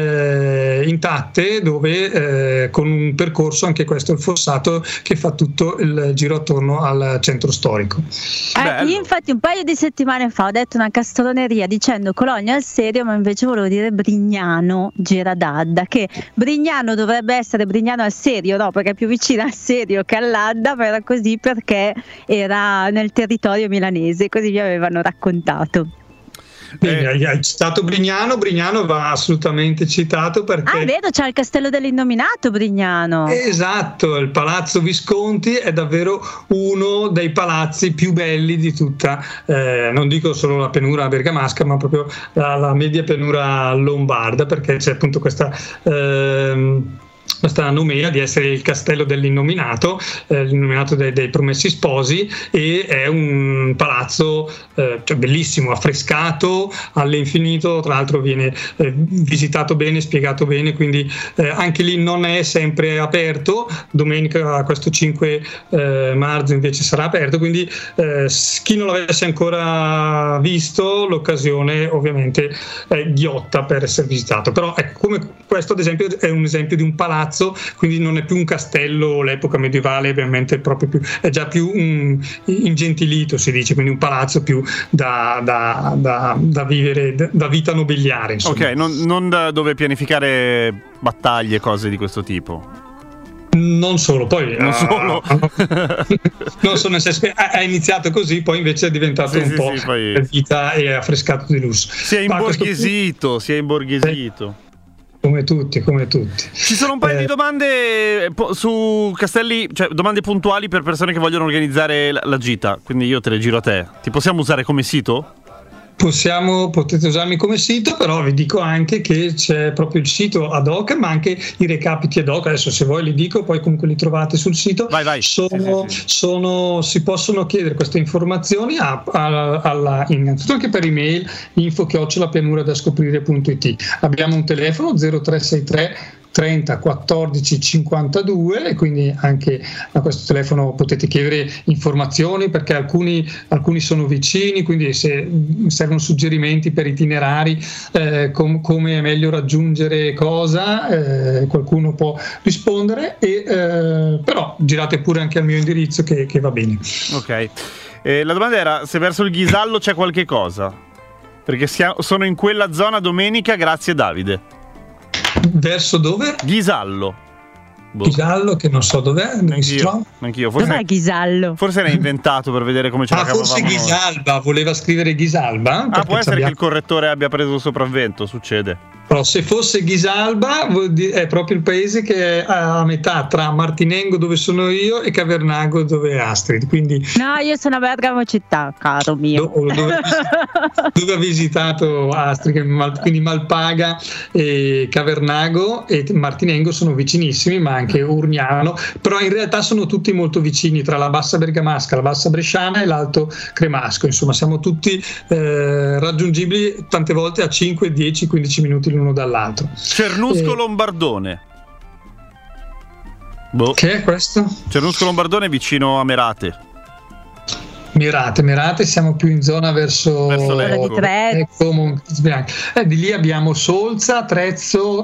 intatte, dove con un percorso, anche questo, il fossato che fa tutto il giro attorno al centro storico. Io infatti un paio di settimane fa ho detto una castroneria dicendo Cologno al Serio, ma invece volevo dire Brignano Giradadda, che Brignano dovrebbe essere Brignano al Serio, no, perché è più vicino al Serio che all'Adda, ma era così perché era nel territorio milanese, così mi avevano raccontato. Hai citato Brignano va assolutamente citato, perché è vero, c'è il castello dell'Innominato Brignano. Esatto, il Palazzo Visconti è davvero uno dei palazzi più belli di tutta, non dico solo la pianura bergamasca, ma proprio la media pianura lombarda, perché c'è appunto questa nomea di essere il castello dell'Innominato, l'Innominato dei Promessi Sposi, e è un palazzo bellissimo, affrescato all'infinito, tra l'altro viene visitato bene, spiegato bene, quindi anche lì non è sempre aperto. Domenica, questo 5 marzo invece sarà aperto, quindi chi non l'avesse ancora visto, l'occasione ovviamente è ghiotta per essere visitato. Però ecco, come questo ad esempio è un esempio di un palazzo, quindi non è più un castello, l'epoca medievale ovviamente è già più ingentilito, si dice, quindi un palazzo più da vivere, da vita nobiliare, insomma. Ok, non da dove pianificare battaglie, cose di questo tipo. Non solo, nel senso che ha iniziato così, poi invece è diventato vita e affrescato di lusso. Si è imborghesito. Come tutti. Ci sono un paio di domande su castelli, cioè domande puntuali per persone che vogliono organizzare la gita, quindi io te le giro a te. Ti possiamo usare come sito? Potete usarmi come sito, però vi dico anche che c'è proprio il sito ad hoc, ma anche i recapiti ad hoc. Adesso se voi li dico, poi comunque li trovate sul sito. Vai. Si possono chiedere queste informazioni innanzitutto anche per email info@pianuradascoprire.it. Abbiamo un telefono 0363 30 14 52 e quindi anche a questo telefono potete chiedere informazioni, perché alcuni sono vicini, quindi se servono suggerimenti per itinerari, come è meglio raggiungere cosa, qualcuno può rispondere, però girate pure anche al mio indirizzo che va bene. Ok, la domanda era se verso il Ghisallo c'è qualche cosa, perché sono in quella zona domenica, grazie Davide. Verso dove? Ghisallo, che non so dov'è, dove si trova. Anch'io. Dov'è Ghisallo? Forse era inventato per vedere come ce la cavavamo. Forse Ghisalba, voleva scrivere Ghisalba. Può essere che il correttore abbia preso il sopravvento, succede. Però se fosse Ghisalba è proprio il paese che è a metà tra Martinengo, dove sono io, e Cavernago, dove è Astrid. Quindi no, io sono a Bergamo città, caro mio. Dove ha visitato Astrid, quindi Malpaga e Cavernago e Martinengo sono vicinissimi, ma anche Urgnano, però in realtà sono tutti molto vicini tra la Bassa Bergamasca, la Bassa Bresciana e l'Alto Cremasco. Insomma, siamo tutti raggiungibili tante volte a 5, 10, 15 minuti l'uno dall'altro. Cernusco Lombardone. Che è questo? Cernusco Lombardone vicino a Merate. Merate, siamo più in zona verso Trezzo, di lì abbiamo Solza, Trezzo,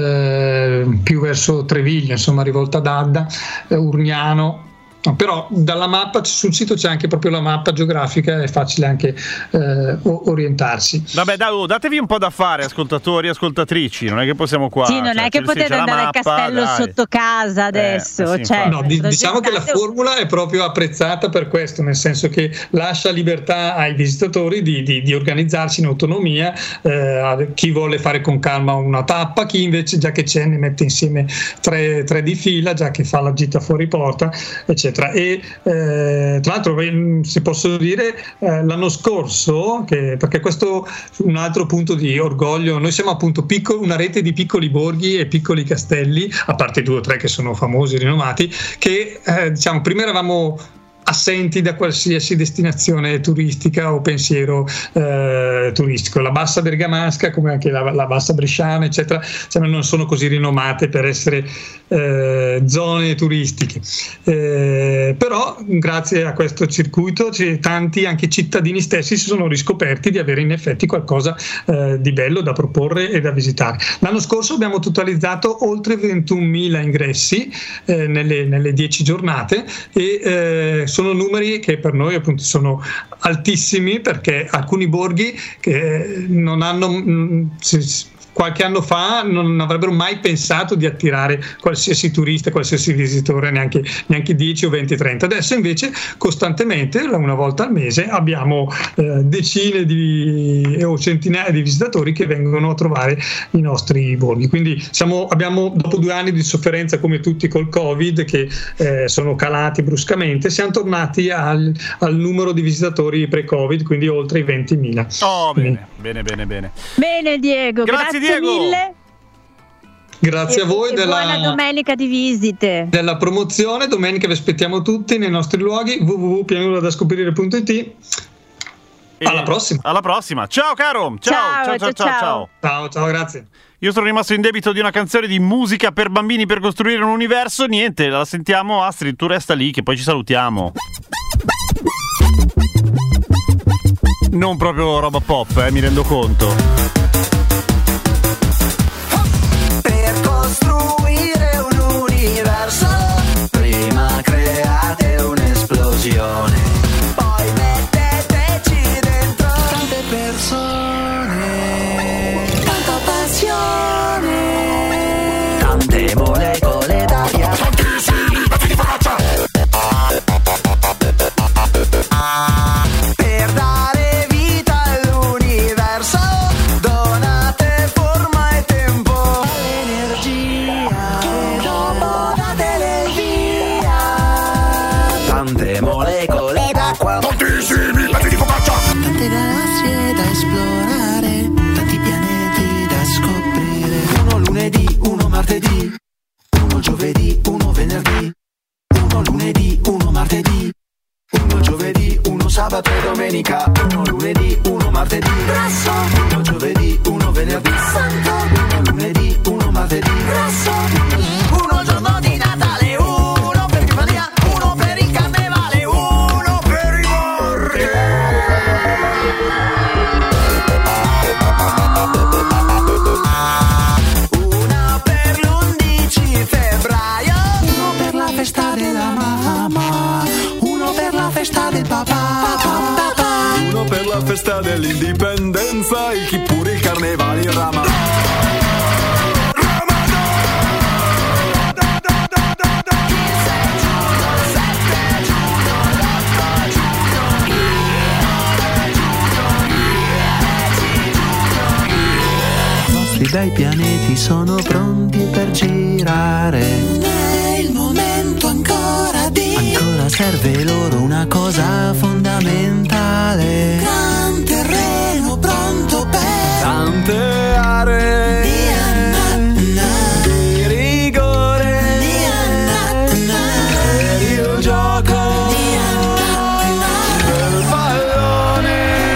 più verso Treviglio, insomma Rivolta d'Adda, Urgnano. No, però dalla mappa sul sito c'è anche proprio la mappa geografica, è facile anche orientarsi. Vabbè, datevi un po' da fare, ascoltatori, ascoltatrici, non è che possiamo qua. Sì, non è che potete andare al castello sotto casa adesso. Diciamo che la formula è proprio apprezzata per questo, nel senso che lascia libertà ai visitatori di organizzarsi in autonomia, chi vuole fare con calma una tappa, chi invece già che c'è ne mette insieme tre di fila, già che fa la gita fuori porta, eccetera. E tra l'altro, se posso dire, l'anno scorso, perché questo è un altro punto di orgoglio, noi siamo appunto una rete di piccoli borghi e piccoli castelli, a parte 2 o 3 che sono famosi e rinomati, che diciamo prima eravamo assenti da qualsiasi destinazione turistica o pensiero turistico. La Bassa Bergamasca, come anche la Bassa Bresciana, eccetera, non sono così rinomate per essere zone turistiche, però grazie a questo circuito tanti anche cittadini stessi si sono riscoperti di avere in effetti qualcosa di bello da proporre e da visitare. L'anno scorso abbiamo totalizzato oltre 21.000 ingressi nelle 10 giornate e sono numeri che per noi appunto sono altissimi, perché alcuni borghi che non hanno qualche anno fa non avrebbero mai pensato di attirare qualsiasi turista, qualsiasi visitore, neanche 10 o 20, 30. Adesso invece costantemente, una volta al mese, abbiamo decine o centinaia di visitatori che vengono a trovare i nostri borghi. Quindi abbiamo, dopo 2 anni di sofferenza come tutti col Covid, che sono calati bruscamente, siamo tornati al numero di visitatori pre-Covid, quindi oltre i 20.000. Oh, bene. Bene Diego, grazie mille. Grazie a voi buona domenica di visite, della promozione. Domenica vi aspettiamo tutti nei nostri luoghi www.pianuradascoprire.it. Alla prossima. Ciao caro. Ciao, grazie. Io sono rimasto in debito di una canzone di musica per bambini per costruire un universo. Niente, la sentiamo. Astrid, tu resta lì che poi ci salutiamo. Non proprio roba pop, mi rendo conto. Per costruire un universo, prima create un'esplosione, poi metteteci dentro tante persone, tanta passione, tante molecole d'aria, per dare vita all'universo. domenica, uno lunedì, uno martedì, grasso, uno giovedì, uno venerdì, santo, uno lunedì, uno martedì, grasso, uno giorno di Natale, uno per Epifania, uno per il carnevale, uno per i morti. Una per l'11 febbraio, uno per la festa della mamma, uno per la festa del papà, uno per la festa dell'indipendenza, il Kippur, il carnevale, il Ramadan. I nostri bei pianeti sono pronti per girare. Non è il momento ancora di. Ancora serve loro una cosa fondamentale. Gran terreno pronto per tante aree di rigore per il gioco del pallone.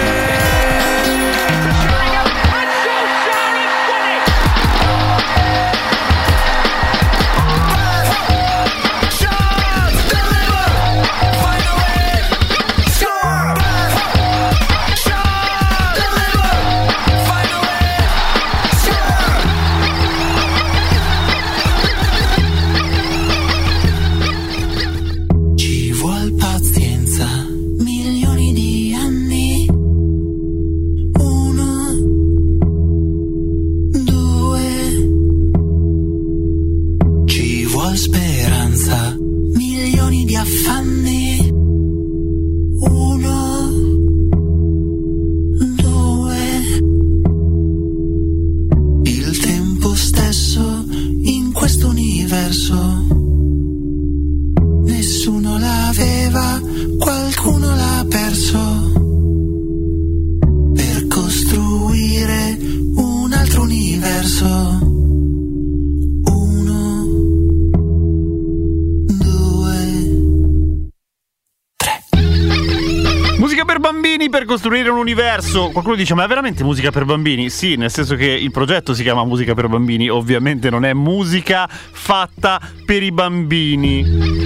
Ci vuol pazienza, milioni di anni. 1, 2. Ci vuol speranza, milioni di affanni. 1, 2. Il tempo stesso in questo universo. Nessuno l'aveva, qualcuno l'ha perso. Per costruire un altro universo. 1, 2, 3. Musica per bambini per costruire un universo. Qualcuno dice: ma è veramente musica per bambini? Sì, nel senso che il progetto si chiama Musica per bambini. Ovviamente non è musica fatta per i bambini.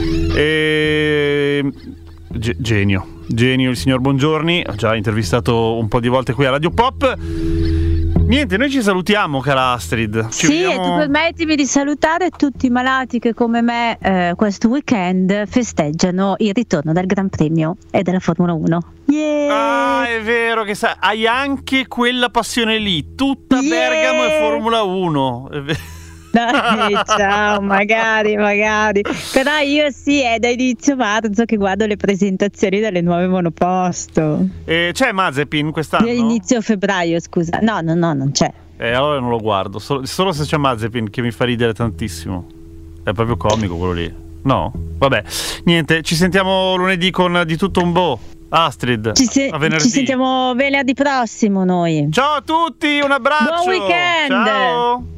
Genio il signor Bongiorni. Ho già intervistato un po' di volte qui a Radio Pop. Niente, noi ci salutiamo, cara Astrid. Ci Sì, vediamo... e tu permettimi di salutare tutti i malati che come me questo weekend festeggiano il ritorno del Gran Premio e della Formula 1. Yeah! Ah, è vero che hai anche quella passione lì, tutta Bergamo e Formula 1. È vero. Dai, ciao, magari. Però io sì, è da inizio marzo che guardo le presentazioni delle nuove monoposto. C'è Mazepin quest'anno? Inizio febbraio, scusa. No, non c'è. Allora non lo guardo, solo se c'è Mazepin, che mi fa ridere tantissimo. È proprio comico quello lì. No? Vabbè, niente, ci sentiamo lunedì con Di tutto un po'. Astrid, a venerdì. Ci sentiamo venerdì prossimo noi. Ciao a tutti, un abbraccio. Buon weekend. Ciao.